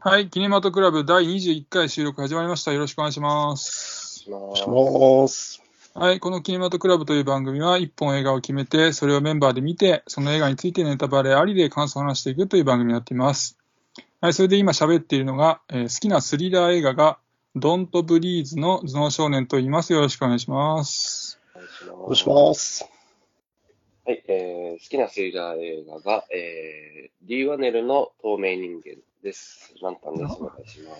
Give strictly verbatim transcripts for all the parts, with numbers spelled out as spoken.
はい、キネマトクラブだいにじゅういっかい収録始まりました。よろしくお願いします。 お願いします。 はい、このキネマトクラブという番組は、一本映画を決めて、それをメンバーで見て、その映画についてネタバレありで感想を話していくという番組になっています。はい、それで今喋っているのが、えー好きなスリラー映画が、ドントブリーズの頭脳少年と言います。よろしくお願いします。 お願いします。 はい、えー、好きなスリラー映画が、えー、ディーワネルの透明人間です。ランタンです。お願いします。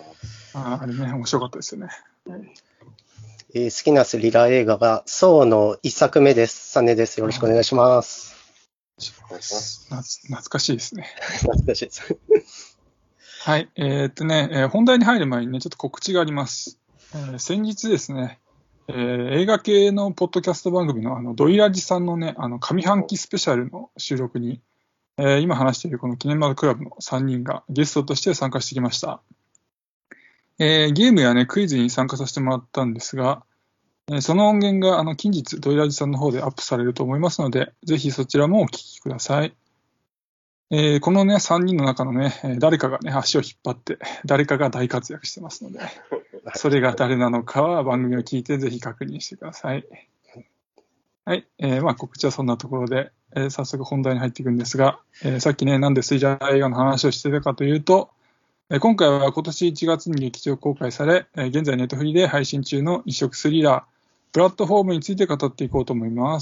ああれね、面白かったですよね。 えー好きなスリラー映画が、ソーの一作目です。サネです。よろしくお願いします。 お願いします。 懐懐かしいですね。 懐かしいです。 はい、えーっとね、えー本題に入る前にね、ちょっと告知があります。えー先日ですね、えー映画系のポッドキャスト番組のあのドイラジさんのね、あの上半期スペシャルの収録に、えー今話しているこのキネマクラブのさんにんがゲストとして参加してきました。えーゲームやね、クイズに参加させてもらったんですが、えーその音源があの近日ドイラジさんの方でアップされると思いますので、ぜひそちらもお聞きください。えーこのね、さんにんの中のね、えー誰かがね、足を引っ張って、誰かが大活躍してますので、それが誰なのかは番組を聞いてぜひ確認してください。はい、えーまあ告知はそんなところで、えー早速本題に入っていくんですが、えーさっきね、なんでスリラー映画の話をしていたかというと、えー今回は今年いちがつに劇場公開され、えー現在ネットフリで配信中の異色スリラー、プラットフォームについて語っていこうと思います。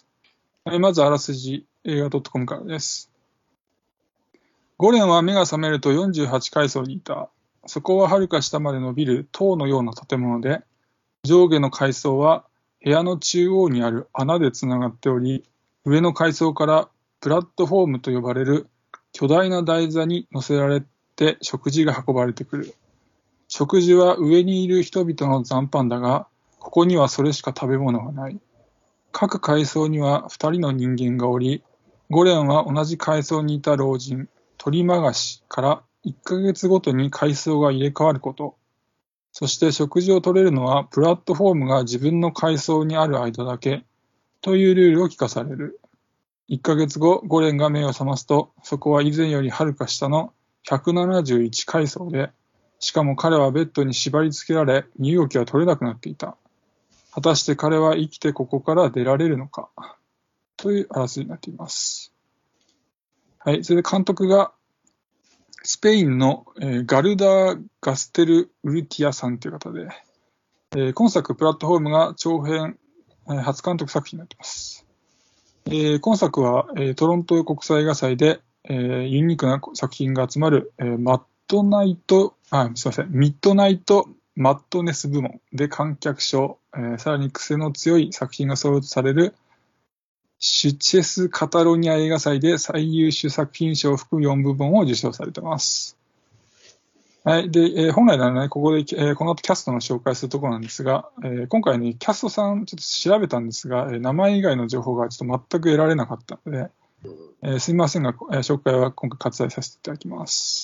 はい、まずあらすじ、映画 .com からです。ゴレンは目が覚めるとよんじゅうはちかいそうにいた。そこははるか下まで伸びる塔のような建物で、上下の階層は部屋の中央にある穴でつながっており、上の階層からプラットフォームと呼ばれる巨大な台座に乗せられて食事が運ばれてくる。食事は上にいる人々の残飯だが、ここにはそれしか食べ物がない。各階層には二人の人間がおり、ゴレンは同じ階層にいた老人、鳥マガシからいっかげつごとに階層が入れ替わること。そして食事を取れるのはプラットフォームが自分の階層にある間だけというルールを聞かされる。いっかげつご、ゴレンが目を覚ますと、そこは以前よりはるか下のひゃくななじゅういち階層で、しかも彼はベッドに縛り付けられ、身動きは取れなくなっていた。果たして彼は生きてここから出られるのかというあらすじになっています。はい、それで監督がスペインの、えーガルダー・ガステル・ウルティアさんという方で、えー今作プラットフォームが長編、えー初監督作品になっています。えー今作は、えートロント国際映画祭で、えーユニークな作品が集まる、えーマッドナイト、あ、すみません、ミッドナイト・マッドネス部門で観客賞、えーさらに癖の強い作品が揃うとされるシュチェス・カタロニア映画祭で最優秀作品賞を含むよんぶぼんを受賞されています。はい。で、えー本来ならね、ここで、えーこの後キャストの紹介するところなんですが、えー今回ね、キャストさんちょっと調べたんですが、えー名前以外の情報がちょっと全く得られなかったので、えーすみませんが、えー紹介は今回割愛させていただきます。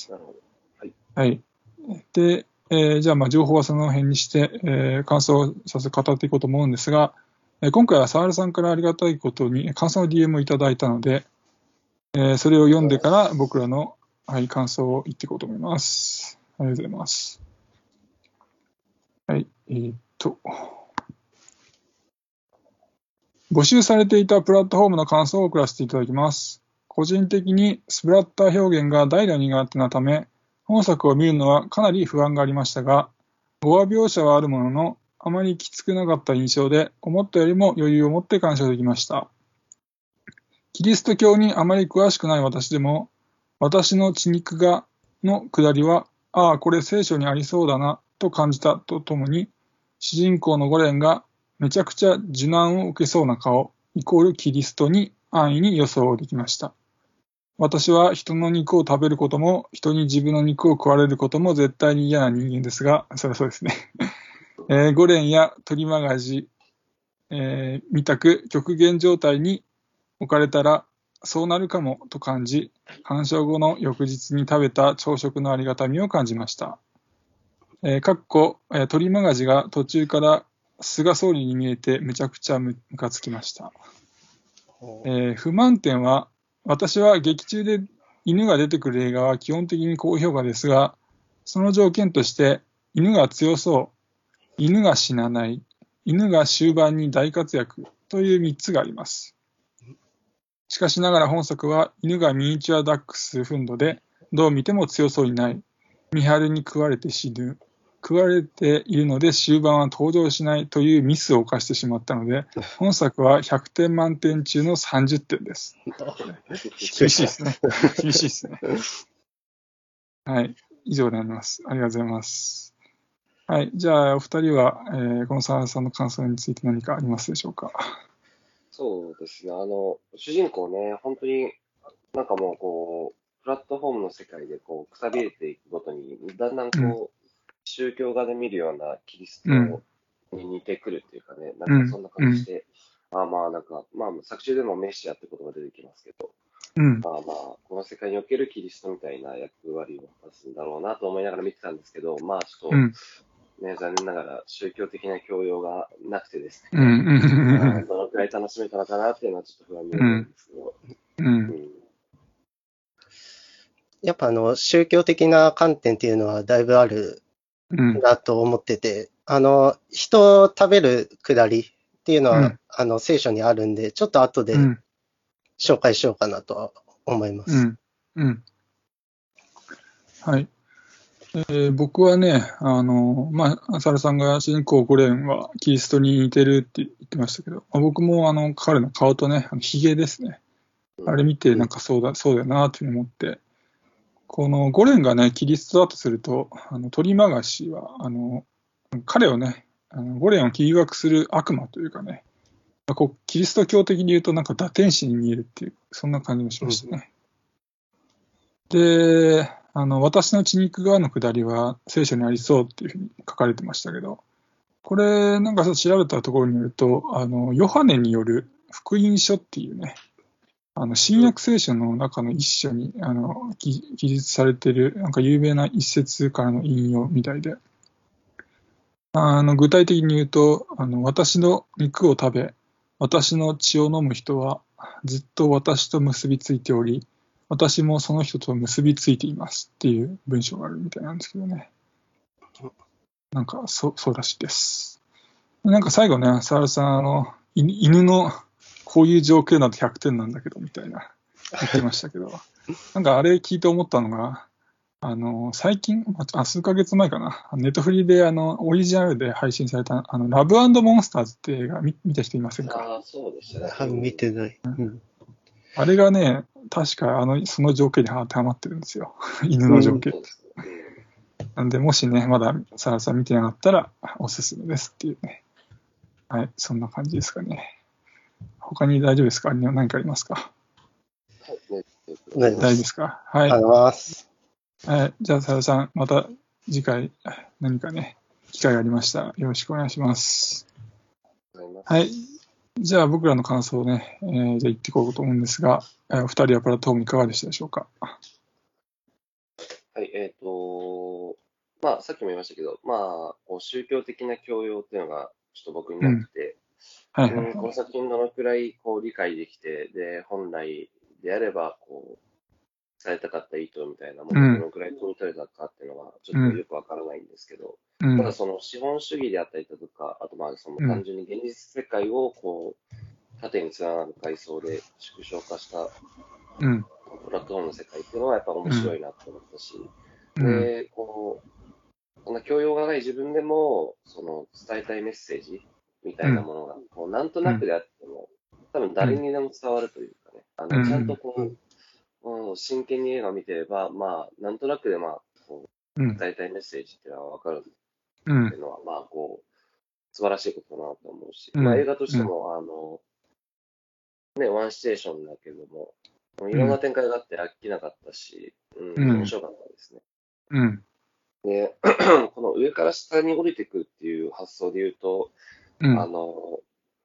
なるほど。はい。 はい。で、えーじゃあ、まあ、情報はその辺にして、えー感想を早速語っていこうと思うんですが、えー今回は沢原さんからありがたいことに感想の ディーエム をいただいたので、えーそれを読んでから僕らの、はい、感想を言っていこうと思います。ありがとうございます。はい、えーっと。募集されていたプラットフォームの感想を送らせていただきます。個人的にスプラッター表現が大の苦手なため、本作を見るのはかなり不安がありましたが、語話描写はあるものの、あまりきつくなかった印象で、思ったよりも余裕を持って鑑賞できました。キリスト教にあまり詳しくない私でも、私の血肉がのくだりは、ああ、これ聖書にありそうだな、と感じたとともに、主人公のゴレンがめちゃくちゃ受難を受けそうな顔、イコールキリストに安易に予想できました。私は人の肉を食べることも、人に自分の肉を食われることも絶対に嫌な人間ですが、それはそうですね。えーゴレンやトリマガジ、えー、みたく極限状態に置かれたらそうなるかもと感じ、鑑賞後の翌日に食べた朝食のありがたみを感じました。えー、かっこ、えー、トリマガジが途中から菅総理に見えてめちゃくちゃムカつきました。えー、不満点は、私は劇中で犬が出てくる映画は基本的に高評価ですが、 その条件として、犬が強そう、犬が死なない、犬が終盤に大活躍というみっつがあります。しかしながら本作は犬がミニチュアダックスフンドでどう見ても強そうにない、見張りに食われて死ぬ、食われているので終盤は登場しないというミスを犯してしまったので、本作はひゃくてん満点中のさんじゅってんです。厳しいですね。厳しいですね。はい。以上であります。ありがとうございます。はい。じゃあ、お二人は、えー、この沢田さんの感想について何かありますでしょうか。 そうですね。あの、主人公ね、本当になんかもうこう、プラットフォームの世界でこう、くたびれていくごとに、だんだんこう、うん、宗教画で見るようなキリストに似てくるっていうかね、うん、なんかそんな感じで、うん、まあまあなんか、まあ作中でもメシアって言葉出てきますけど、うん、まあまあ、この世界におけるキリストみたいな役割を果たすんだろうなと思いながら見てたんですけど、まあちょっと、うんね、残念ながら宗教的な教養がなくてですね、うん、どのくらい楽しめたのかなっていうのはちょっと不安に思うんですけど、うんうん、 やっぱあの宗教的な観点っていうのはだいぶあるなと思ってて、うん、あの人を食べるくだりっていうのは、うん、あの聖書にあるんで、ちょっと後で紹介しようかなとは思います。うんうん、 はい。えー、僕はね、あの、まあ、サラさんが主人公ゴレンはキリストに似てるって言ってましたけど、まあ、僕もあの彼の顔とね、ヒゲですね。あれ見てなんかそうだ、そうだよなというふうに思って、このゴレンがね、キリストだとすると、あの鳥マガシは、あの、彼をね、あのゴレンを誘惑する悪魔というかね、こうキリスト教的に言うとなんか堕天使に見えるっていう、そんな感じもしましたね。うん、で、あの、私の血肉側のくだりは聖書にありそうっていうふうに書かれてましたけど、これなんかちょっと調べたところによると、あの、ヨハネによる福音書っていうね、あの、新約聖書の中の一書に、あの、記述されている、なんか有名な一節からの引用みたいで、あの、具体的に言うと、あの、私の肉を食べ、私の血を飲む人はずっと私と結びついており、私もその人と結びついていますっていう文章があるみたいなんですけどね。なんか、そ、そうらしいです。なんか最後ね、サールさん、あの、犬のこういう条件だとひゃくてんなんだけど、みたいな言ってましたけど、なんかあれ聞いて思ったのが、あの、最近、あ、数ヶ月前かな、ネットフリであの、オリジナルで配信された、あの、ラブ&モンスターズって映画見、見た人いませんか？ ああ、そうでしたね。 はい、見てない。うん、 あれがね、確かあの、その条件に当てはまってるんですよ。犬の条件。うん、なんで、もしね、まだサラさん見てなかったら、おすすめですっていうね。はい、そんな感じですかね。他に大丈夫ですか？何かありますか？ はい、大丈夫ですか？はい。 ありがとうございます。 はい、じゃあ、サラさん、また次回、何かね、機会がありましたら、よろしくお願いします。はい。じゃあ、僕らの感想をね、えー、じゃあ言っていこうと思うんですが、えー、お二人はプラットフォームいかがでしたでしょうか？ はい、えっ、ー、と、まあ、さっきも言いましたけど、まあ、こう宗教的な教養っていうのが、ちょっと僕になくて、うんはいはいはい、この作品どのくらいこう理解できて、で、本来であれば、こう、伝えたかった意図みたいなものがどのくらい汲み取れたかっていうのは、ちょっとよくわからないんですけど、うん、ただその資本主義であったりだとか、あとまあその単純に現実世界をこう、縦に連なる階層で縮小化した、うん、プラットフォームの世界っていうのはやっぱ面白いなと思ったし、うん、で、こう、そんな教養がない自分でも、その伝えたいメッセージみたいなものが、こうなんとなくであっても、多分誰にでも伝わるというかね、あの、ちゃんとこう、うん、真剣に映画を見てれば、まあ、なんとなくで、まあ、こう、伝えたいメッセージっていうのはわかるっていうのは、うん、まあ、こう、素晴らしいことだなと思うし、うん、まあ、映画としても、うん、あの、ね、ワンシチュエーションだけども、いろんな展開があって飽きなかったし、うん、うん、面白かったですね。うん。で、この上から下に降りてくるっていう発想で言うと、うん、あの、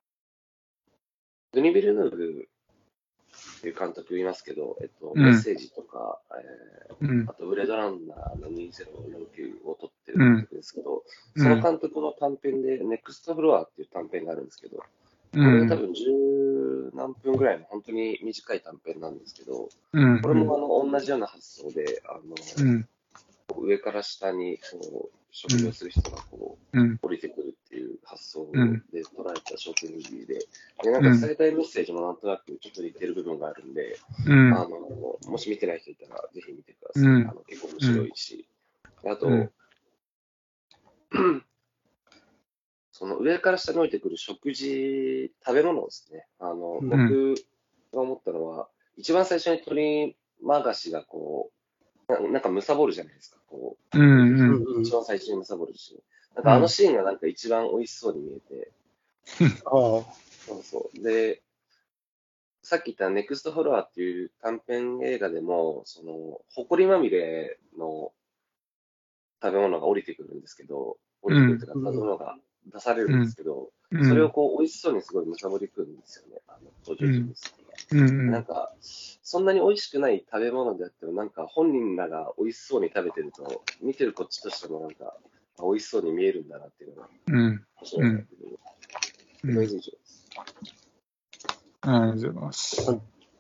ドゥニ・ビルヌーブっていう監督いますけど、えっと、うん、メッセージとか、えーうん、あと、ブレードランナーのにせんよんじゅうきゅうを撮ってる監督ですけど、うん、その監督の短編で、ネクストフロアっていう短編があるんですけど、これが多分十何分ぐらいの本当に短い短編なんですけど、うん、これもあの同じような発想で、あの、うん、 上から下にこう食事をする人がこう、うん、降りてくるっていう発想で捉えたショートムービーで、でなんか伝えたいメッセージもなんとなくちょっと似てる部分があるんで、うん、あのもし見てない人いたらぜひ見てください。うん、あの結構面白いし、あと、うんその上から下に降りてくる食事、食べ物ですね。あの、うん、僕が思ったのは、一番最初に鶏まがしがこう、な, なんかむさぼるじゃないですか。こう、うんうん、一番最初にむさぼるし、なんかあのシーンがなんか一番美味しそうに見えて。うん、そうそう。で、さっき言ったネクストフロアっていう短編映画でも、その、埃まみれの食べ物が降りてくるんですけど、降りてくるというか、食べ物が出されるんですけど、うん、それをこう、美味しそうにすごいむさぼりくるんですよね、あの、登場人物とか。うん、なんか、そんなに美味しくない食べ物であっても、なんか本人らが美味しそうに食べてると、見てるこっちとしてもなんか、美味しそうに見えるんだなっていうのが、面白いなっていう。うん。うん、以上です。 ありがとうございます。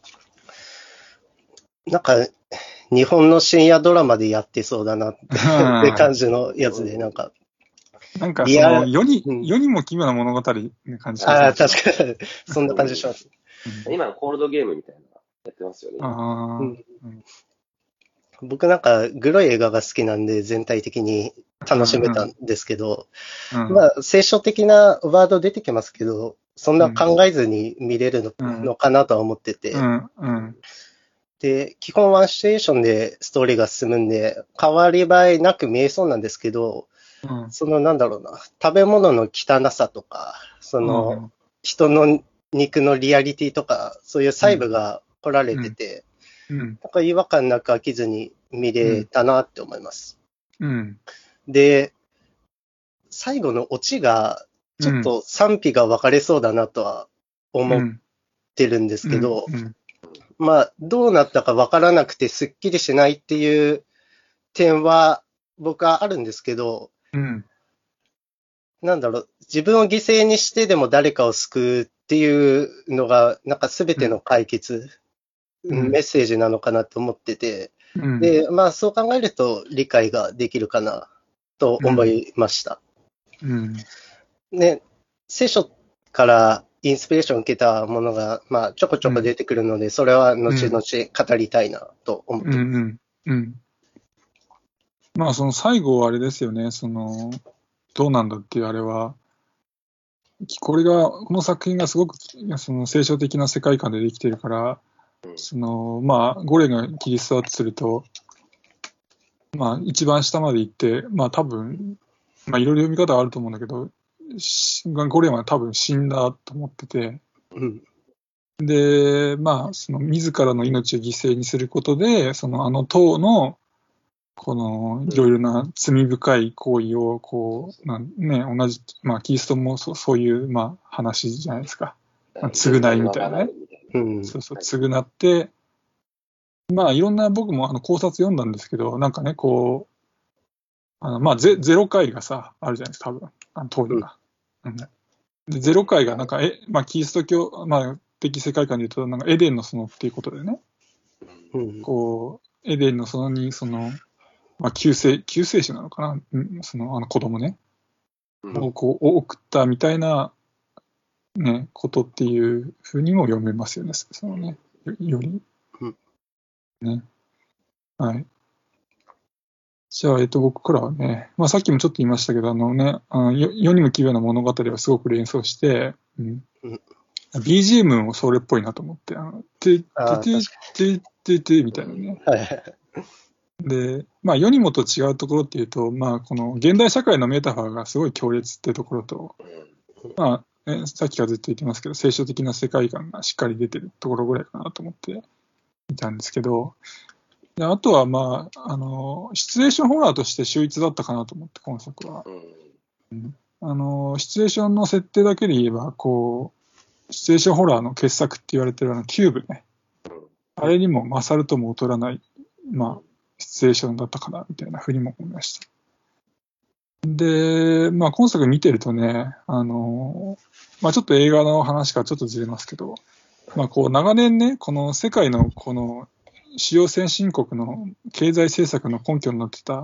なんか、日本の深夜ドラマでやってそうだなってって感じのやつで、なんか、 なんかその世に、うん、世にも奇妙な物語って感じします、 ね。ああ、確かに。そんな感じします。 うん、今のコールドゲームみたいなのやってますよね。あうん、僕なんか、グロい映画が好きなんで、全体的に楽しめたんですけど、うんうん、まあ、聖書的なワード出てきますけど、そんな考えずに見れる の,、うん、のかなとは思ってて、うんうんで、基本ワンシチュエーションでストーリーが進むんで、変わり映えなく見えそうなんですけど、うん、そのなんだろうな、食べ物の汚さとか、その、うん、人の肉のリアリティとか、そういう細部が来られてて、うんうん、なんか違和感なく飽きずに見れたなって思います。うん、で、最後のオチが、ちょっと賛否が分かれそうだなとは思ってるんですけど、うんうんうんまあ、どうなったかわからなくてすっきりしないっていう点は僕はあるんですけど、うん、なんだろう、自分を犠牲にしてでも誰かを救うっていうのが、なんか全ての解決、うん、メッセージなのかなと思ってて、うん、で、まあそう考えると理解ができるかなと思いました。うんうん、ね、聖書からインスピレーションを受けたものが、まあ、ちょこちょこ出てくるので、うん、それは後々語りたいなと思ってます。うんうんうん、 まあ、その最後はあれですよね、その、どうなんだっていうあれは、これが、この作品がすごくその聖書的な世界観でできてるから、その、まあ、ゴレがキリストだとすると、まあ、一番下まで行って、まあ、多分、まあ、いろいろ読み方はあると思うんだけど、ゴレンは多分死んだと思ってて、うん、で、まあ、その自らの命を犠牲にすることで、そのあの党の、このいろいろな罪深い行為を、こう、なんね、同じ、まあ、キリストもそ う, そういう、まあ、話じゃないですか。まあ、償いみたいなね。うん、そうそう、償って、まあ、いろんな僕もあの考察読んだんですけど、なんかね、こう、あのまあゼ、ゼロ回がさ、あるじゃないですか、多分、あの当時が。うん、でゼロ回がなんか、えまあ、キリスト教、まあ、的世界観で言うと、なんかエデンの園っていうことでね、うん、こう、エデンの園に、その、まあ、救世、救世主なのかな、うん、その、あの子供ね、うん、をこう送ったみたいな、ね、ことっていうふうにも読めますよね、そのね、より。ね。はい。じゃあ、えっと、僕からはね、まあ、さっきもちょっと言いましたけど、あのね、あの世にも奇妙な物語をすごく連想して、うん、ビージーエム もそれっぽいなと思って、あの、て、て、て、て、て、て、みたいなね。で、まあ、世にもと違うところっていうと、まあ、この現代社会のメタファーがすごい強烈ってところと、まあ、ね、さっきからずっと言ってますけど、聖書的な世界観がしっかり出てるところぐらいかなと思っていたんですけど、であとは、まあ、あの、シチュエーションホラーとして秀逸だったかなと思って、今作は。うん、あの、シチュエーションの設定だけで言えば、こう、シチュエーションホラーの傑作って言われてるあの、キューブね。あれにも勝るとも劣らない、まあ、シチュエーションだったかな、みたいなふうにも思いました。で、まあ、今作見てるとね、あの、まあ、ちょっと映画の話からちょっとずれますけど、まあ、こう、長年ね、この世界のこの、主要先進国の経済政策の根拠になってた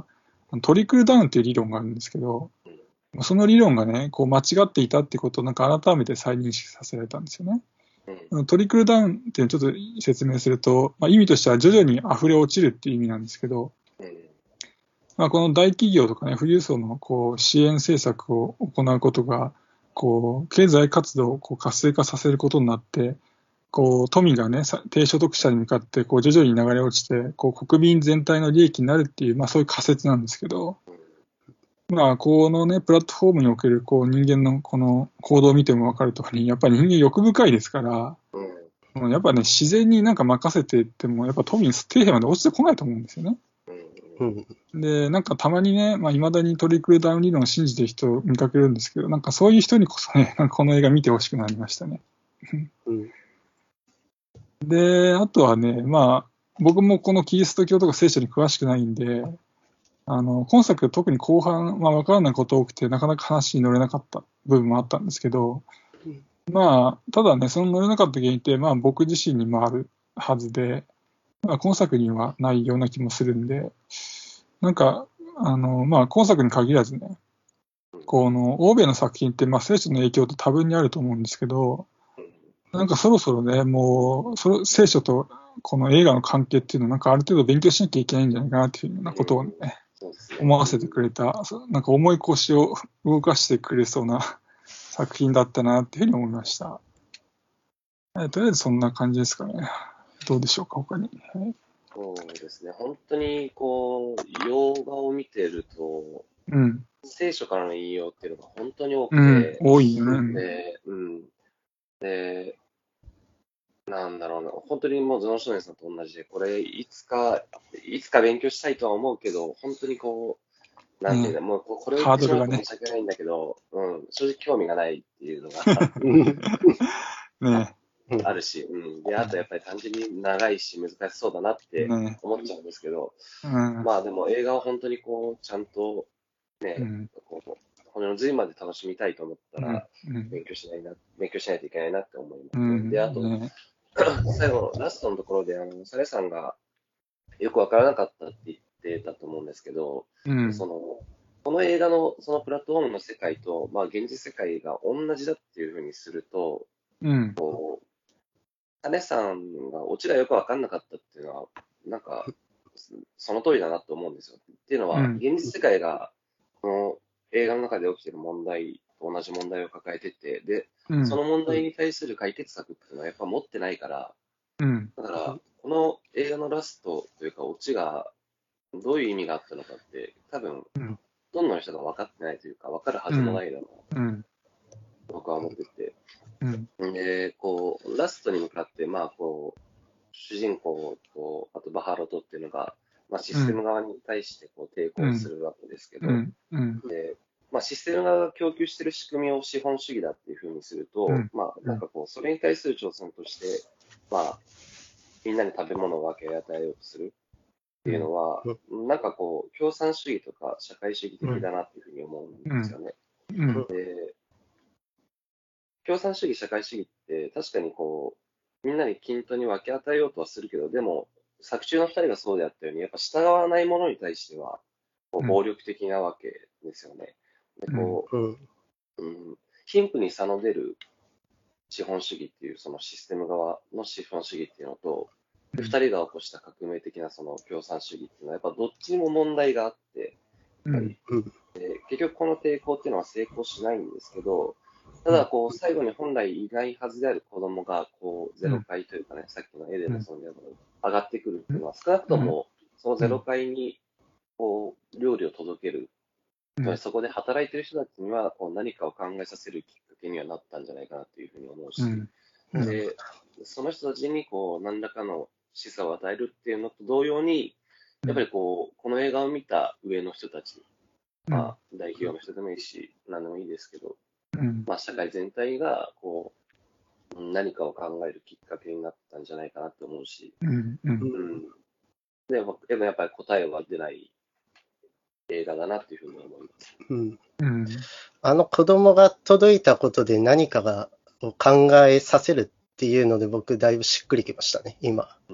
トリクルダウンっていう理論があるんですけど、その理論がね、こう間違っていたってことをなんか改めて再認識させられたんですよね。うん、トリクルダウンっていうのをちょっと説明すると、まあ、意味としては徐々に溢れ落ちるっていう意味なんですけど、まあ、この大企業とかね、富裕層のこう支援政策を行うことが、こう経済活動をこう活性化させることになって、こう富がね、低所得者に向かってこう徐々に流れ落ちて、こう国民全体の利益になるっていう、まあ、そういう仮説なんですけど、まあ、このね、プラットフォームにおけるこう人間のこの行動を見ても分かるとおり、やっぱり人間欲深いですから、うん、やっぱね、自然になんか任せていっても、やっぱ富に底辺まで落ちてこないと思うんですよね。で、なんかたまにね、まあ、未だにトリクルダウン理論を信じてる人を見かけるんですけど、なんかそういう人にこそね、なんかこの映画見てほしくなりましたね。うん、で、あとはね、まあ、僕もこのキリスト教とか聖書に詳しくないんで、あの、今作特に後半、まあ、わからないこと多くて、なかなか話に乗れなかった部分もあったんですけど、うん、まあ、ただね、その乗れなかった原因って、まあ、僕自身にもあるはずで、まあ、今作にはないような気もするんで、なんか、あの、まあ、今作に限らずね、この、欧米の作品って、まあ、聖書の影響って多分にあると思うんですけど、なんかそろそろね、もう、その聖書とこの映画の関係っていうのをなんかある程度勉強しなきゃいけないんじゃないかなっていうようなことをね、思わせてくれた、なんか重い腰を動かしてくれそうな作品だったなっていうふうに思いました。えとりあえずそんな感じですかね。どうでしょうか、他に。はい、 そうですね、本当にこう、洋画を見てると、 うん、 聖書からの引用っていうのが本当に多くうん、 て、 多いよね。 で、うん。で、なんだろうな、本当にもうゾノ少年さんと同じで、これ、いつか、いつか勉強したいとは思うけど、本当にこう、なんていうの、ね、もうこれを言ってしまうと申し訳ないんだけど、ね、うん、正直興味がないっていうのがね、あるし、うん。で、あとやっぱり単純に長いし難しそうだなって思っちゃうんですけど、ね、うん、まあでも映画を本当にこう、ちゃんとね、うん、こう骨の髄まで楽しみたいと思ったら、勉強しないな、勉強しないといけないなって思います、ね。うん、で、あと、ね、最後のラストのところで、あの、サレさんがよくわからなかったって言ってたと思うんですけど、うん、その、この映画のそのプラットフォームの世界と、まあ現実世界が同じだっていうふうにすると、うん、こう、サレさんがオチがよくわかんなかったっていうのは、なんか、その通りだなと思うんですよ。っていうのは、現実世界が、この映画の中で起きている問題と同じ問題を抱えてて、で、うん、その問題に対する解決策っていうのはやっぱ持ってないから、うん、だから、この映画のラストというか、オチがどういう意味があったのかって、多分、ほとんどの人が分かってないというか、分かるはずもないだろう、うん、僕は思ってて。うん、で、こう、ラストに向かって、まあ、こう、主人公と、あとバハロトっていうのが、まあ、システム側に対してこう抵抗するわけですけど、うんうん、でまあ、システム側が供給している仕組みを資本主義だっていうふうにすると、うん、まあ、なんかこう、それに対する挑戦として、まあ、みんなに食べ物を分け与えようとするっていうのは、うん、なんかこう、共産主義とか社会主義的だなっていうふうに思うんですよね。うんうん、で共産主義、社会主義って確かにこう、みんなに均等に分け与えようとはするけど、でも、作中の二人がそうであったように、やっぱ従わないものに対しては、こう暴力的なわけですよね。でこう、うんうん、貧富に差の出る資本主義っていうそのシステム側の資本主義っていうのと、二人が起こした革命的なその共産主義っていうのは、やっぱどっちにも問題があって、やっぱり、うん、で結局この抵抗っていうのは成功しないんですけど、ただ、こう、最後に本来いないはずである子供が、こう、ゼロ回というかね、うん、さっきのエデンのその上がってくるっていうのは、少なくとも、そのゼロ回に、こう、料理を届ける。うん、そこで働いてる人たちには、こう、何かを考えさせるきっかけにはなったんじゃないかなというふうに思うし、うんうん、で、その人たちに、こう、何らかの示唆を与えるっていうのと同様に、やっぱりこう、この映画を見た上の人たち、まあ、大企業の人でもいいし、何でもいいですけど、うんまあ、社会全体がこう何かを考えるきっかけになったんじゃないかなと思うし、うんうんうん、でもでもやっぱり答えは出ない映画だなっていうふうに思います。 うんうん、あの子供が届いたことで何かがを考えさせるっていうので僕だいぶしっくりきましたね、今。うん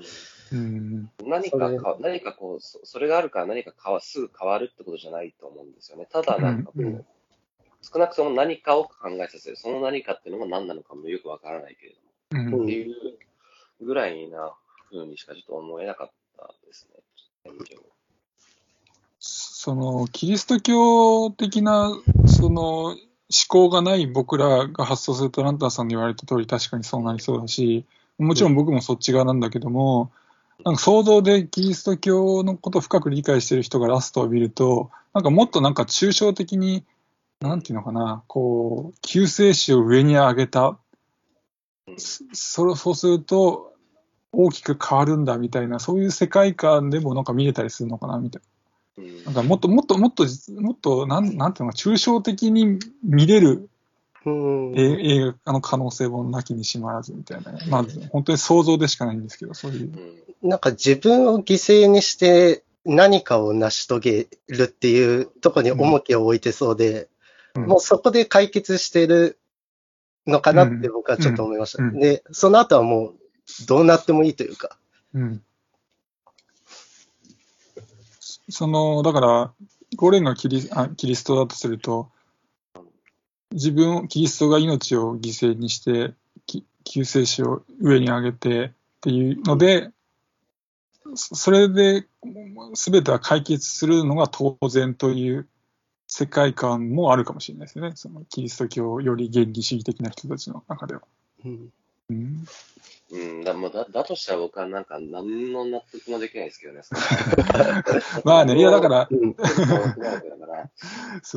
うん、 何かか、何かこう、そそれがあるから何か変わすぐ変わるってことじゃないと思うんですよね。ただなんかこう、うん、少なくとも何かを考えさせる。その何かっていうのが何なのかもよくわからないけれども、うん、っていうぐらいな風にしかちょっと思えなかったですね。 その、キリスト教的な、その、思考がない僕らが発想すると、ランタンさんの言われた通り確かにそうなりそうだし、もちろん僕もそっち側なんだけども、なんか想像でキリスト教のことを深く理解している人がラストを見ると、なんかもっとなんか抽象的に、なんていうのかな、こう、救世主を上に上げた、そそうすると大きく変わるんだみたいな、そういう世界観でもなんか見れたりするのかなみたいな。なんかもっともっともっともっとなんなんていうのか抽象的に見れる映画の可能性もなきにしもあらずみたいな、まあ本当に想像でしかないんですけど、そういう。 なんか自分を犠牲にして何かを成し遂げるっていうところに重きを置いてそうで、うん、もうそこで解決してるのかなって僕はちょっと思いました。うんうん、で、その後はもうどうなってもいいというか。 うんその、だから、ゴーレンがキリあキリストだとすると、自分、キリストが命を犠牲にして、救世主を上に上げてっていうので、それで全ては解決するのが当然という世界観もあるかもしれないですね。そのキリスト教より原理主義的な人たちの中では。うんうんうん、だ, だ, だとしたら僕はなんか何の納得もできないですけどね。 まあね、いやだから、 そう、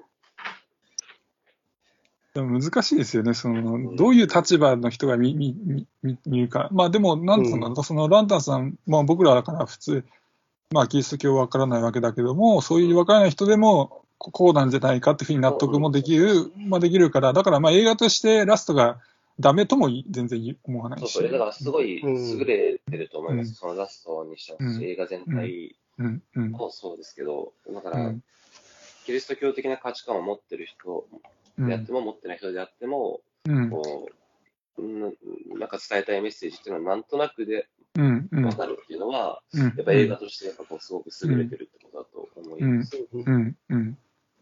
でも難しいですよね。そのどういう立場の人が見見見見るか。まあでもなんつうの、うん、そのランタンさん、まあ僕らだから普通まあキリスト教はわからないわけだけども、そういうわからない人でもこうなんじゃないかっていうふうに納得もできる、まあできるから、だからまあ映画としてラストがダメとも全然思わないし。 そうそう、だからすごい優れてると思います。うん、そのラストにしても、うん、映画全体もそうですけど、だから、うん、キリスト教的な価値観を持ってる人であっても、持ってない人であっても、こう、なんか伝えたいメッセージっていうのはなんとなくで分かるっていうのは、やっぱ映画としてやっぱこうすごく優れてるってことだと思います。 うんうん、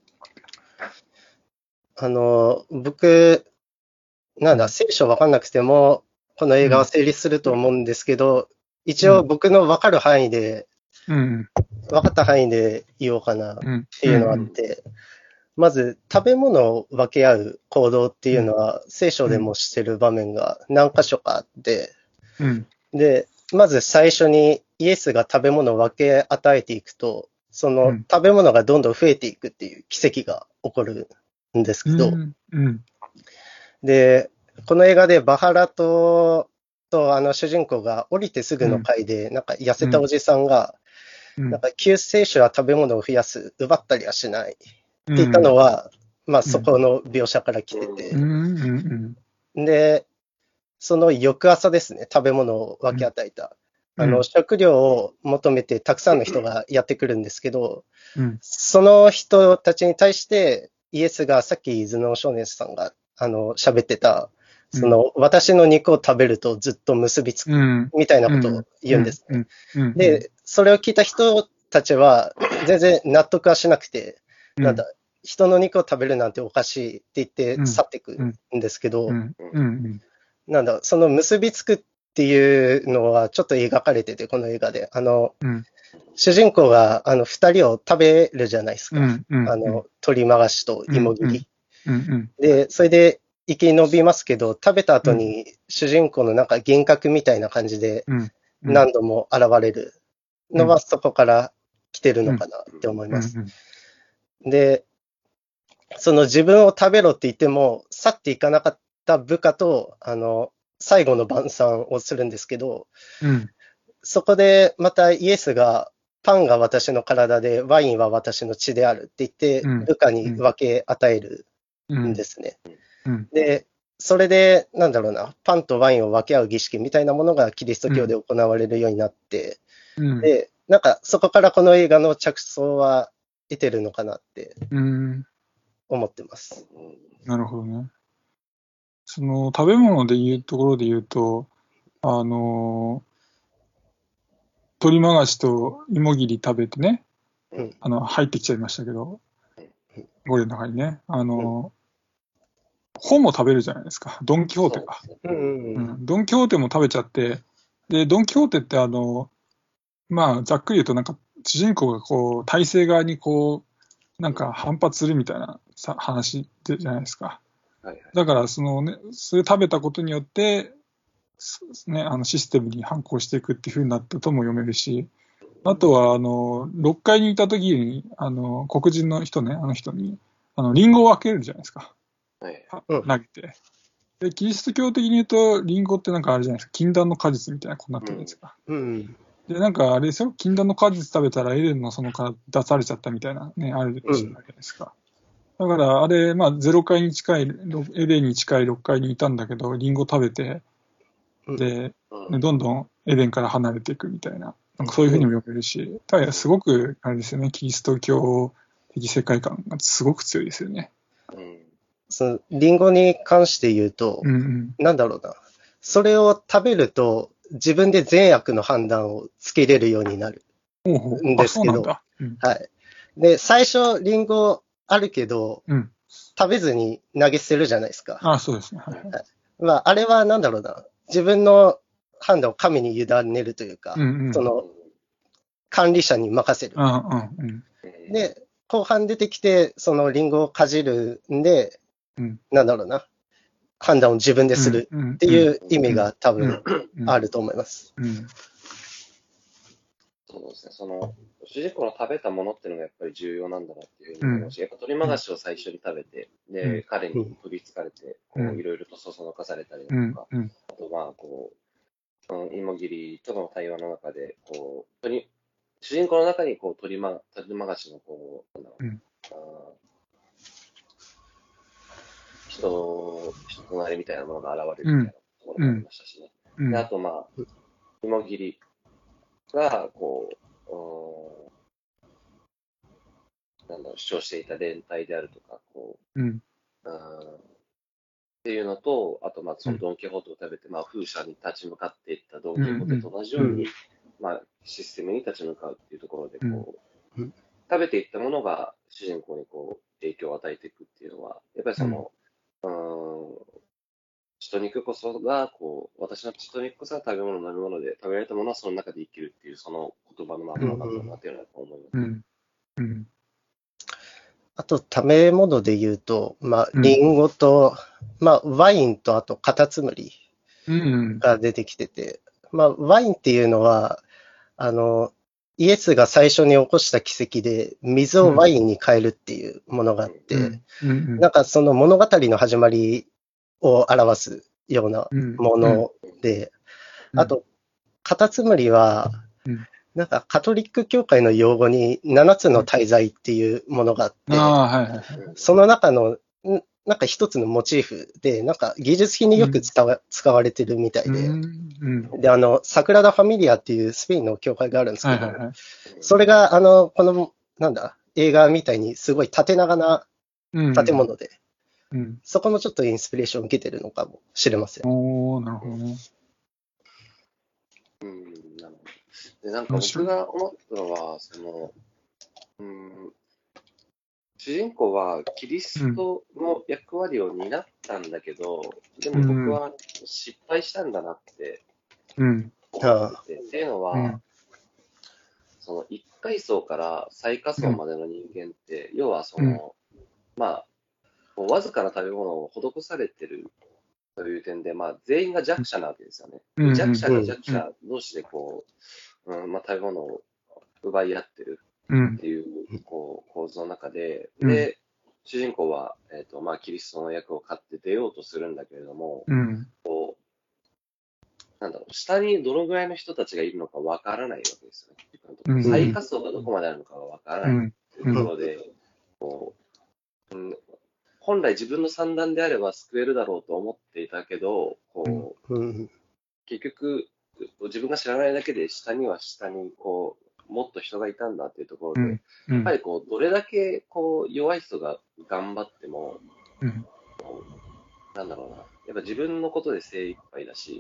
あの、僕、なんだ、聖書分かんなくても、この映画は成立すると思うんですけど、うん、一応僕の分かる範囲で、うん、分かった範囲で言おうかなっていうのがあって、うんうん、まず食べ物を分け合う行動っていうのは、聖書でもしてる場面が何箇所かあって、うん、で、まず最初にイエスが食べ物を分け与えていくと、その食べ物がどんどん増えていくっていう奇跡が起こるんですけど、うんうんで、この映画でバハラと、とあの主人公が降りてすぐの回で、なんか痩せたおじさんが、なんか救世主は食べ物を増やす、奪ったりはしないって言ったのは、まあそこの描写から来てて。で、その翌朝ですね、食べ物を分け与えた。あの、食料を求めてたくさんの人がやってくるんですけど、その人たちに対してイエスがさっき頭脳少年さんがあの、喋ってた、その、うん、私の肉を食べるとずっと結びつく、みたいなことを言うんですね。で、それを聞いた人たちは、全然納得はしなくて、うん、なんだ、人の肉を食べるなんておかしいって言って去っていくんですけど、なんだ、その結びつくっていうのはちょっと描かれてて、この映画で。あの、うん、主人公が、あの、二人を食べるじゃないですか。あの、鶏回しと芋切り。うんうん、で、それで生き延びますけど、食べた後に主人公のなんか幻覚みたいな感じで何度も現れるのはそこから来てるのかなって思います。で、その自分を食べろって言っても去っていかなかった部下と、あの、最後の晩餐をするんですけど、うん、そこでまたイエスがパンが私の体でワインは私の血であるって言って部下に分け与える。んですね、うんうん。で、それで、なんだろうな、パンとワインを分け合う儀式みたいなものがキリスト教で行われるようになって、うん、で、なんかそこからこの映画の着想は得てるのかなって思ってます。 うん、なるほどね。その食べ物で言うところで言うと、あの、 鶏回しと芋切り食べてね、 うん、 あの、入ってきちゃいましたけど、ゴリの中にね、あの、うん、本も食べるじゃないですか。ドンキホーテか。 うんうんうん、 ドンキホーテも食べちゃって、で、ドンキホーテってあの、まあ、ざっくり言うとなんか、主人公がこう、体制側にこう、なんか反発するみたいなさ話じゃないですか。 はいはい、 だからそのね、それ食べたことによって、ね、あのシステムに反抗していくっていう風になったとも読めるし、あとはあのろっかいにいた時にあの黒人の人ね、あの人にあのリンゴを分けるじゃないですか。 はい、 投げて。で、キリスト教的に言うと、リンゴってなんかあれじゃないですか、禁断の果実みたいなことになってるじゃないですか。 うんうん、 で、なんかあれですよ、禁断の果実食べたらエレンの園から出されちゃったみたいなね、あるじゃないですか。だから、あれ、まあ、ゼロかいに近い、エレンに近いろっかいにいたんだけど、リンゴ食べて、で、うん、どんどんエレンから離れていくみたいな、なんかそういうふうにも読めるし、ただすごく、あれですよね、キリスト教的世界観がすごく強いですよね。 うん、そのリンゴに関して言うと、うんうん、なんだろうな、それを食べると、自分で善悪の判断をつけれるようになるんですけど、うん、はい。で、最初、リンゴあるけど、うん、食べずに投げ捨てるじゃないですか。 あ、そうですね。はいはい、まあ、あれはなんだろうな、自分の判断を神に委ねるというか、うんうん、その、管理者に任せる。うんうんうん、で、後半出てきて、そのリンゴをかじるんで、うん、なんだろうな、判断を自分でするっていう意味が多分あると思います。 そうですね、その、主人公の食べたものっていうのがやっぱり重要なんだなっていうふうに思うし、やっぱ鶏回しを最初に食べて、で、彼に取り憑かれて、こう、いろいろとそそのかされたりだとか、あとまあ、こう、うん、芋切りとの対話の中で、こう、主人公の中にこう、鶏ま、鶏回しのこう、なんだろう、うん、あ人、人となりみたいなものが現れるみたいなところもありましたしね。うん、で、あとまあ、芋切りが、こう、なんだろう、主張していた連帯であるとか、こう、うん、っていうのと、あと、まあ、そのドン・キホーテを食べて、まあ、風車に立ち向かっていったドン・キホーテと同じように、まあ、システムに立ち向かうっていうところで、こう、食べていったものが主人公にこう、影響を与えていくっていうのは、やっぱりその、うん、血と肉こそが、こう、私の血と肉こそが食べ物、飲み物で、食べられたものはその中で生きるっていう、その言葉のままなんだろうなっていうのは思います。うんうんあと、食べ物で言うと、まあ、リンゴと、うん、まあ、ワインと、あと、カタツムリが出てきてて、うん、まあ、ワインっていうのは、あの、イエスが最初に起こした奇跡で、水をワインに変えるっていうものがあって、うんうんうん、なんかその物語の始まりを表すようなもので、うんうん、あと、カタツムリは、うんなんかカトリック教会の用語にななつの大罪っていうものがあって、はいはいはい、その中のなんか一つのモチーフで、なんか技術品によく使わ、うん、使われてるみたいで、うんうん、で、あの、サグラダ・ファミリアっていうスペインの教会があるんですけど、はいはいはい、それが、あの、この、なんだ、映画みたいにすごい縦長な建物で、うんうん、そこもちょっとインスピレーションを受けてるのかもしれません。 おー、なるほどね。 うん、なるほど。で、なんか僕が思ったのは、その、うん、主人公はキリストの役割を担ったんだけど、でも僕は失敗したんだなって思ってて、うん、っていうのは、うん、その一階層から最下層までの人間って、うん、要はその、うん、まあ、わずかな食べ物を施されてるという点で、まあ、全員が弱者なわけですよね。うん、弱者が弱者同士でこう、うん、まあ、食べ物を奪い合ってるっていう、こう構図の中で、うん、で、主人公は、えっと、まあ、キリストの役を買って出ようとするんだけれども、うん、こう、なんだろう、下にどのぐらいの人たちがいるのかわからないわけですよね。うん、最下層がどこまであるのかがわからないというところで、こう、うん、本来自分の算段であれば救えるだろうと思っていたけど、こう、うん、結局、自分が知らないだけで下には下に、こう、もっと人がいたんだっていうところで、うんうん、やっぱりこう、どれだけこう、弱い人が頑張っても、うん、なんだろうな、やっぱ自分のことで精一杯だし、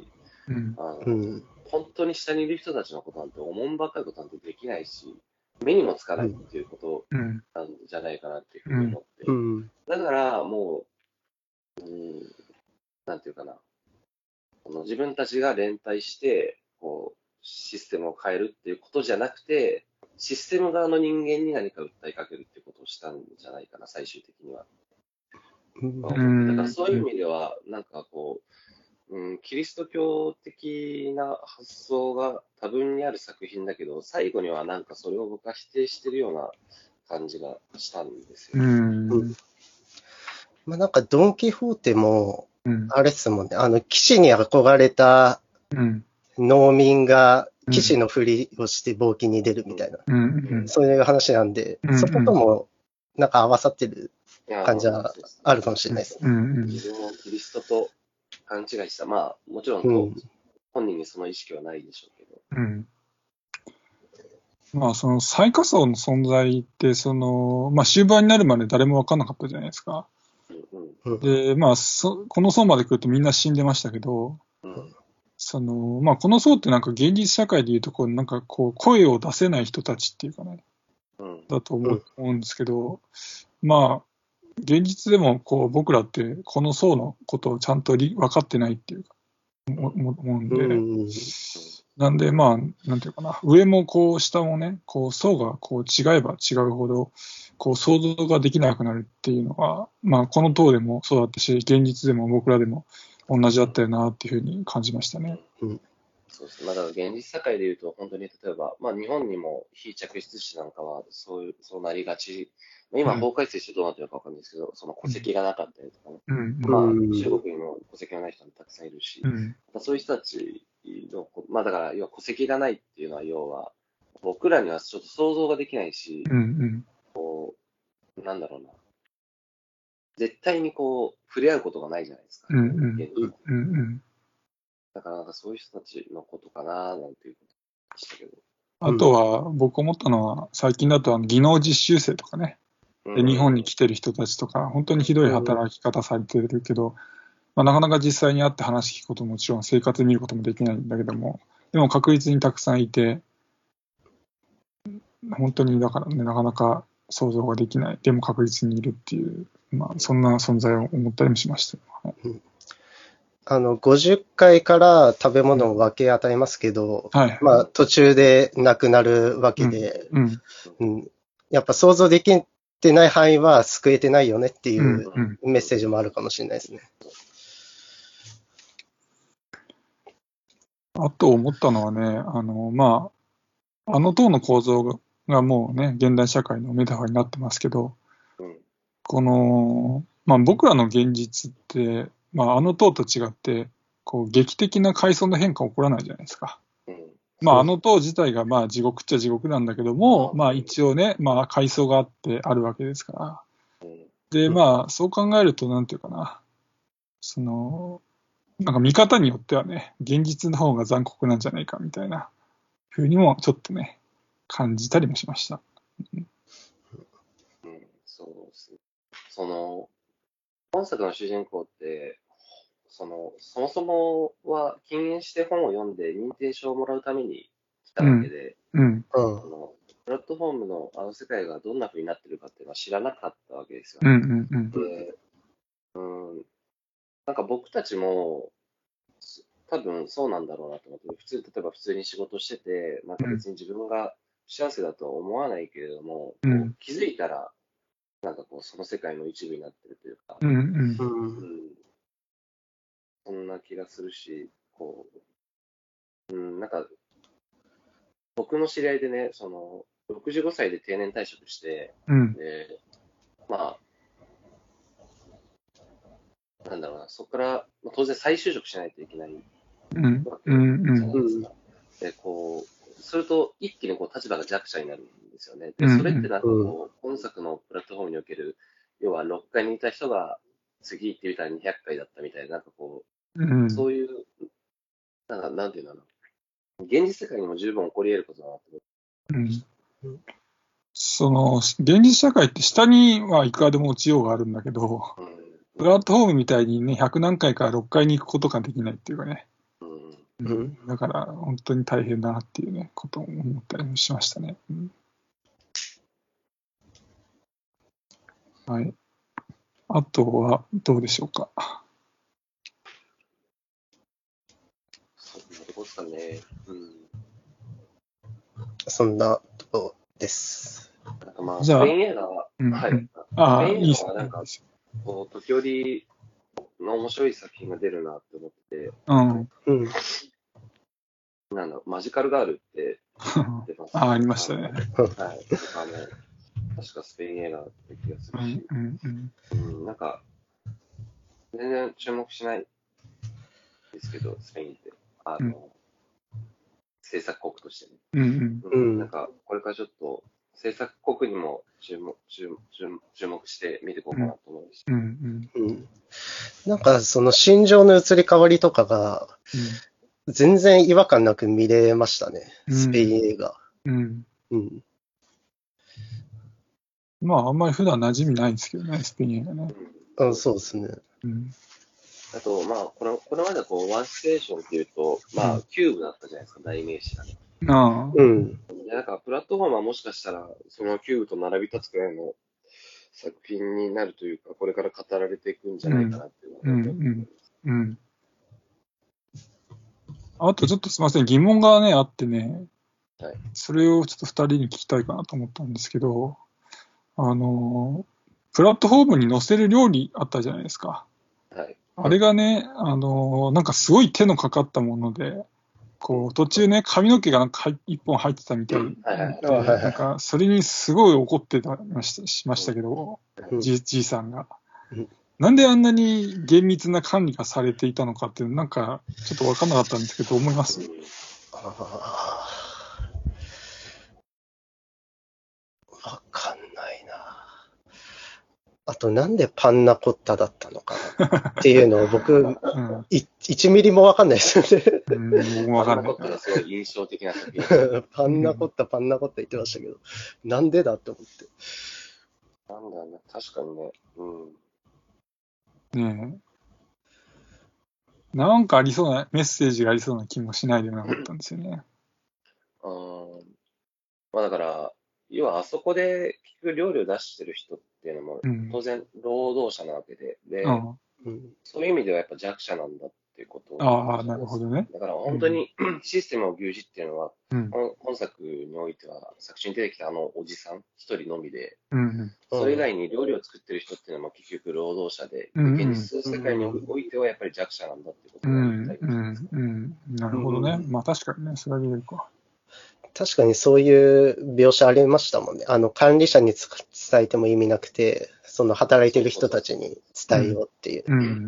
うん、 あのうん、 本当に下にいる人たちのことなんて、おもんばかることなんてできないし、目にもつかないっていうことなんじゃないかなっていうふうに思って。 うん、 だからもう、うん、なんていうかな、この自分たちが連帯して、こう、システムを変えるっていうことじゃなくて、システム側の人間に何か訴えかけるっていうことをしたんじゃないかな、最終的には。 うん、 思って。だからそういう意味では、なんかこう、うん、キリスト教的な発想が多分にある作品だけど、最後にはなんかそれを僕は否定してるような感じがしたんですよ。 うん。 うん。まあ、なんかドン・キホーテも、 うん、 あれっすもんね、あの、騎士に憧れた農民が騎士のふりをして冒険に出るみたいな、 うんうん、 そういう話なんで、 うんうん、 そこともなんか合わさってる感じはあるかもしれないですね。 自分をキリストと勘違いした。まあ、もちろん、うん、本人にその意識はないでしょうけど。 うん、まあ、その最下層の存在って、その、まあ、終盤になるまで誰も分からなかったじゃないですか。 うん、 で、まあそ、この層まで来るとみんな死んでましたけど、うん、その、まあ、この層ってなんか現実社会でいうとこう、なんかこう、声を出せない人たちっていうかね、うん、だと思う、思うんですけど、まあ、現実でもこう、僕らってこの層のことをちゃんと分かってないっていうか、思うんで、うん、なんでまあ、なんていうかな、上もこう、下もね、こう、層がこう違えば違うほど、こう、想像ができなくなるっていうのは、まあ、この党でもそうだったし、現実でも僕らでも同じだったよなっていうふうに感じましたね。 うん、そうですね。まあ、だから現実社会でいうと、本当に例えば、まあ、日本にも非嫡出子なんかは、そういう、そうなりがち。今、法改正してどうなってるかわかんないですけど、うん、その戸籍がなかったりとかね。うん、まあ、中国にも戸籍がない人もたくさんいるし、うん、そういう人たちの、まあ、だから、要は戸籍がないっていうのは、要は、僕らにはちょっと想像ができないし、うんうん、こう、なんだろうな。絶対にこう、触れ合うことがないじゃないですか。うんうんうんうん、だからなんかそういう人たちのことかななんていうことでしたけど。 あとは、僕思ったのは、最近だとあの技能実習生とかね、で日本に来てる人たちとか、本当にひどい働き方されてるけど、まあ、なかなか実際に会って話聞くことももちろん生活で見ることもできないんだけども、でも確実にたくさんいて、本当にだからね、なかなか想像ができない、でも確実にいるっていう、まあ、そんな存在を思ったりもしました。はい、うん、 あの、ごじゅっかいから食べ物を分け与えますけど、 うん、はい、 まあ、途中でなくなるわけで、うんうん、やっぱ想像できてない範囲は救えてないよねっていうメッセージもあるかもしれないですね。 あと思ったのはね、あの、まあ、あの党の構造がもうね、現代社会のメタファーになってますけど、うん、この、まあ、僕らの現実って、まあ、あの党と違って、こう劇的な階層の変化起こらないじゃないですか。うん、まあ、あの党自体がまあ地獄っちゃ地獄なんだけども、まあ一応ね、まあ階層があってあるわけですから。で、まあそう考えると、なんていうかな、その、なんか見方によってはね、現実の方が残酷なんじゃないかみたいなふうにもちょっとね、感じたりもしました。 うん、そうですね。その、本作の主人公って、その、そもそもは禁煙して本を読んで認定証をもらうために来たわけで、うんうん、あのプラットフォームのあの世界がどんな風になってるかっていうのは知らなかったわけですよ。うんうんうん、で、うん、なんか僕たちも多分そうなんだろうなと思って、普通、例えば普通に仕事してて、なんか別に自分が幸せだとは思わないけれども、うん、気づいたら、なんかこう、その世界の一部になってるというか、うんうんうん、そんな気がするし、こう、うん、なんか、僕の知り合いでね、その、ろくじゅうごさいで定年退職して、うん、で、まあ、なんだろうな、そこから、まあ、当然再就職しないといけないわけじゃないですか。で、こう、すると一気にこう立場が弱者になるんですよね。で、それってなんかこう、本作のプラットフォームにおける、要はろっかいにいた人が次行ってみたらにひゃっかいだったみたいな、なんかこう、うん、そういう、なんか、なんていうのかな。現実世界にも十分起こり得ることだなと思って。 うん、その、現実社会って下にはいくらでも落ちようがあるんだけど、うんプラットフォームみたいにね、ひゃくなんかいからろっかいに行くことができないっていうかね。うん、 うん、だから本当に大変だなっていうね、ことを思ったりもしましたね。うん、はい。あとはどうでしょうか。 そんなとこですかね。うん。 そんなとこですです。 なんかまあ、スペイン映画は、 うん、 はい。 うん、 スああ、 ペイン映いいですね。 画はなんか、こう、時折、面白い作品が出るなって思ってて、 うん。 うん。 なんだろう、マジカルガールって出ます。 ああ、ありましたね。 はい。あの、確かスペイン映画だった気がするし、 うん、うん、 うん、なんか、全然注目しないですけど、スペインって。あうん、 の、制作国としてね。 うん、 うん、なんか、これからちょっと、制作国にも注目、注目、注目して見ていこうかなと思いました。 うん、 うん。なんか、その心情の移り変わりとかが、全然違和感なく見れましたね。スペイン映画。 うん。 うん。 まあ、あんまり普段馴染みないんですけどね、スペイン映画ね。 うん、あ、そうですね。 うん。 あと、まあ、この、これまでこう、ワンステーションっていうと、まあ、キューブだったじゃないですか、代名詞がね。 ああ。 うん。 で、なんか、プラットフォームはもしかしたら、そのキューブと並び立つくらいの作品になるというか、これから語られていくんじゃないかなっていうのは、 うん、うん、うん。あとちょっとすみません、疑問がね、あってね、 はい、 それをちょっとふたりに聞きたいかなと思ったんですけど、あの、プラットフォームに載せる料理あったじゃないですか。 はい。 あれがね、あの、なんかすごい手のかかったもので、こう、途中ね、髪の毛がなんか一本入ってたみたいで、なんか、それにすごい怒ってたましたしましたけど、じいさんが。なんであんなに厳密な管理がされていたのかっていうのなんか、ちょっと分かんなかったんですけど、どう思います？ ああ、わかんないな。あと、なんでパンナコッタだったのかなっていうのを僕、うん、いちミリもわかんないですよね。 うん、僕もわかんない。 パンナコッタがすごい印象的な作品。 パンナコッタ、パンナコッタ言ってましたけど、なんでだって思って。 なんだろうね、確かにね。うん。 ねえ。なんかありそうな、メッセージがありそうな気もしないでもなかったんですよね。 うん。まあだから、要はあそこで結局料理を出してる人っていうのも、当然労働者なわけで、で、うん、そういう意味ではやっぱ弱者なんだっていうことああ、なるほどね。 だから本当に、うん、システムを牛耳っていうのは、うん、本作においては、作中に出てきたあのおじさん一人のみで、うん、それ以外に料理を作ってる人っていうのも結局労働者で、うん、現実世界においてはやっぱり弱者なんだっていうことが言いたい。うん、 うん、なるほどね。まあ確かにね、それは言えるか。 確かにそういう描写ありましたもんね。あの、管理者に伝えても意味なくて、その働いてる人たちに伝えようっていう。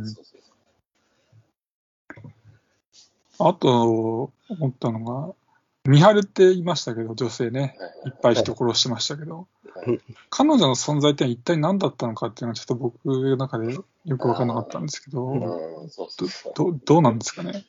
あと、思ったのが、美晴って言いましたけど、女性ね、いっぱい人殺してましたけど、はい、彼女の存在って一体何だったのかっていうのはちょっと僕の中でよく分からなかったんですけど、ど、ど、どうなんですかね。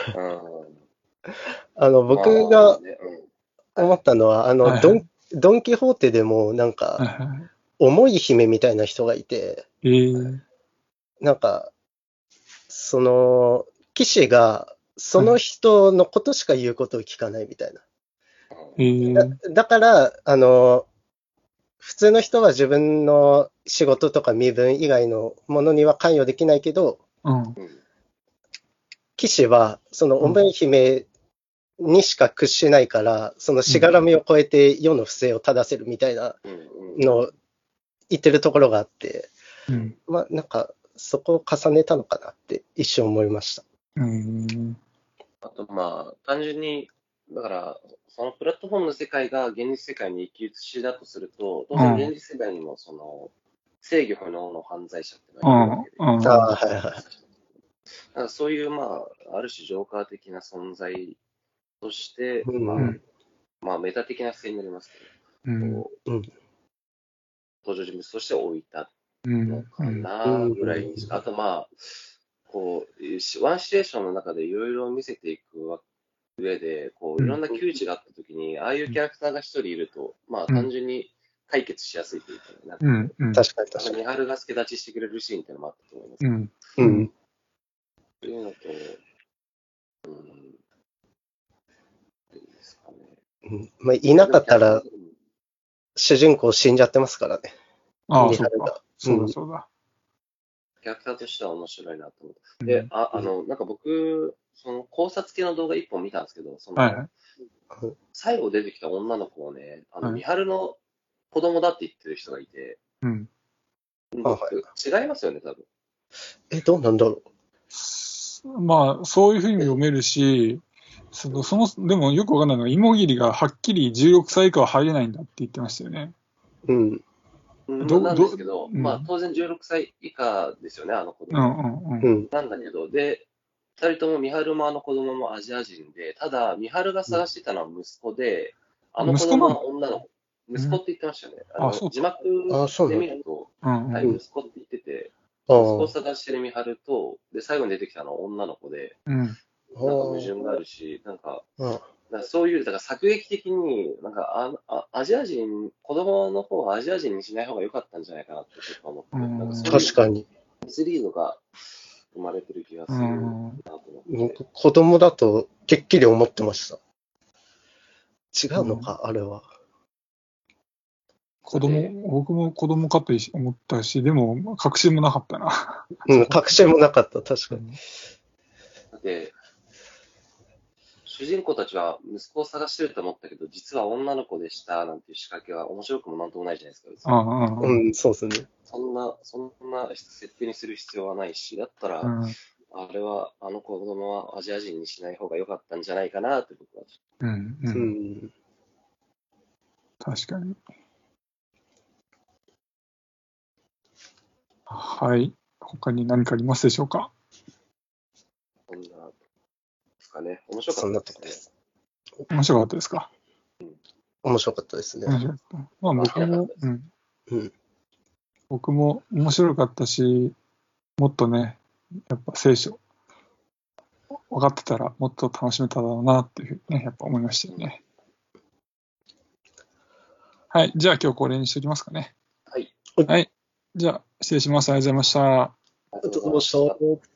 あの、僕が思ったのは、あの、ドン、ドンキホーテでもなんか、重い姫みたいな人がいて、 えー、 なんか、その、騎士が、その人のことしか言うことを聞かないみたいな。 えー、 だ, だから、あの、普通の人は自分の仕事とか身分以外のものには関与できないけど、 うん、 騎士は、その重い姫にしか屈しないから、そのしがらみを超えて世の不正を正せるみたいなのを言ってるところがあって、うん、まあ、なんか、そこを重ねたのかなって一瞬思いました。 うん、 あと、まあ、単純に、だから、そのプラットフォームの世界が現実世界に生き写しだとすると、当然現実世界にもその、制御不能の犯罪者っていうのはいるわけで。 うんうん、あはいはい。だからそういう、まあ、ある種ジョーカー的な存在として、うん、まあ、まあ、メタ的な視点になりますけど、うんこううん、登場人物として置いたのかな、ぐらいにしか、あとまあ、こう、ワンシチュエーションの中でいろいろ見せていく上で、こう、いろんな窮地があったときに、ああいうキャラクターが一人いると、まあ、単純に解決しやすいというか、なんか、 うんうん、確かに確かに。 三春が助立ちしてくれるシーンっていうのもあったと思います。 うん。 うん。 というのと、うん、 ですかね。 うん、まあ、いなかったら、主人公死んじゃってますからね。 ああ、そうか。そうだ、そうだ。 キャラクターとしては面白いなと思って。で、あ、あの、なんか僕、その考察系の動画一本見たんですけど、その、はいはい、最後出てきた女の子をね、あの、はい、三春の子供だって言ってる人がいて、うん。僕、違いますよね、多分。 え、どうなんだろう。まあ、そういうふうに読めるし、その、その、でもよくわかんないのが、芋切りがはっきりじゅうろくさい以下は入れないんだって言ってましたよね。 うん。 どなんですけど、うん、まあ当然じゅうろくさい以下ですよね、あの子供。うんうんうん、なんだけど、で、二人とも三春もあの子供もアジア人で、ただ、三春が探してたのは息子で、うん、あの子供は女の子。息子って言ってましたよね。うん、あの字幕で見ると、はい、息子って言ってて、息子を探してる三春と、で、最後に出てきたのは女の子で、うん、なんか矛盾があるし、なんか、だからそういう、だから作劇的に、なんかああ、アジア人、子供の方はアジア人にしない方が良かったんじゃないかなってちょっと思って、なんかそういう確かに。 ミスリードが生まれてる気がするなと思って。 子供だと、てっきり思ってました。違うのか、うん、あれは。 子供、僕も子供かと思ったし、でも、確信もなかったな。 うん、確信もなかった、確かに。 だって、主人公たちは息子を探してると思ったけど、実は女の子でしたなんていう仕掛けは面白くもなんともないじゃないですか。 ああうん、そうですね。 そんな、そんな設定にする必要はないし、だったら、うん、あれは、あの子供はアジア人にしない方が良かったんじゃないかなって僕は。 うん、うん。うん、確かに。はい。他に何かありますでしょうか？ そんなですかね。面白かったです。 面白かったですか？ うん、面白かったですね。 まあ僕も、うん、うん、僕も面白かったし、もっとね、やっぱ聖書分かってたらもっと楽しめただろうなっていうふうにね、やっぱ思いましたよね。はい。じゃあ今日これにしておきますかね。 はい。 はい。じゃあ失礼します。ありがとうございました。 ありがとうございました。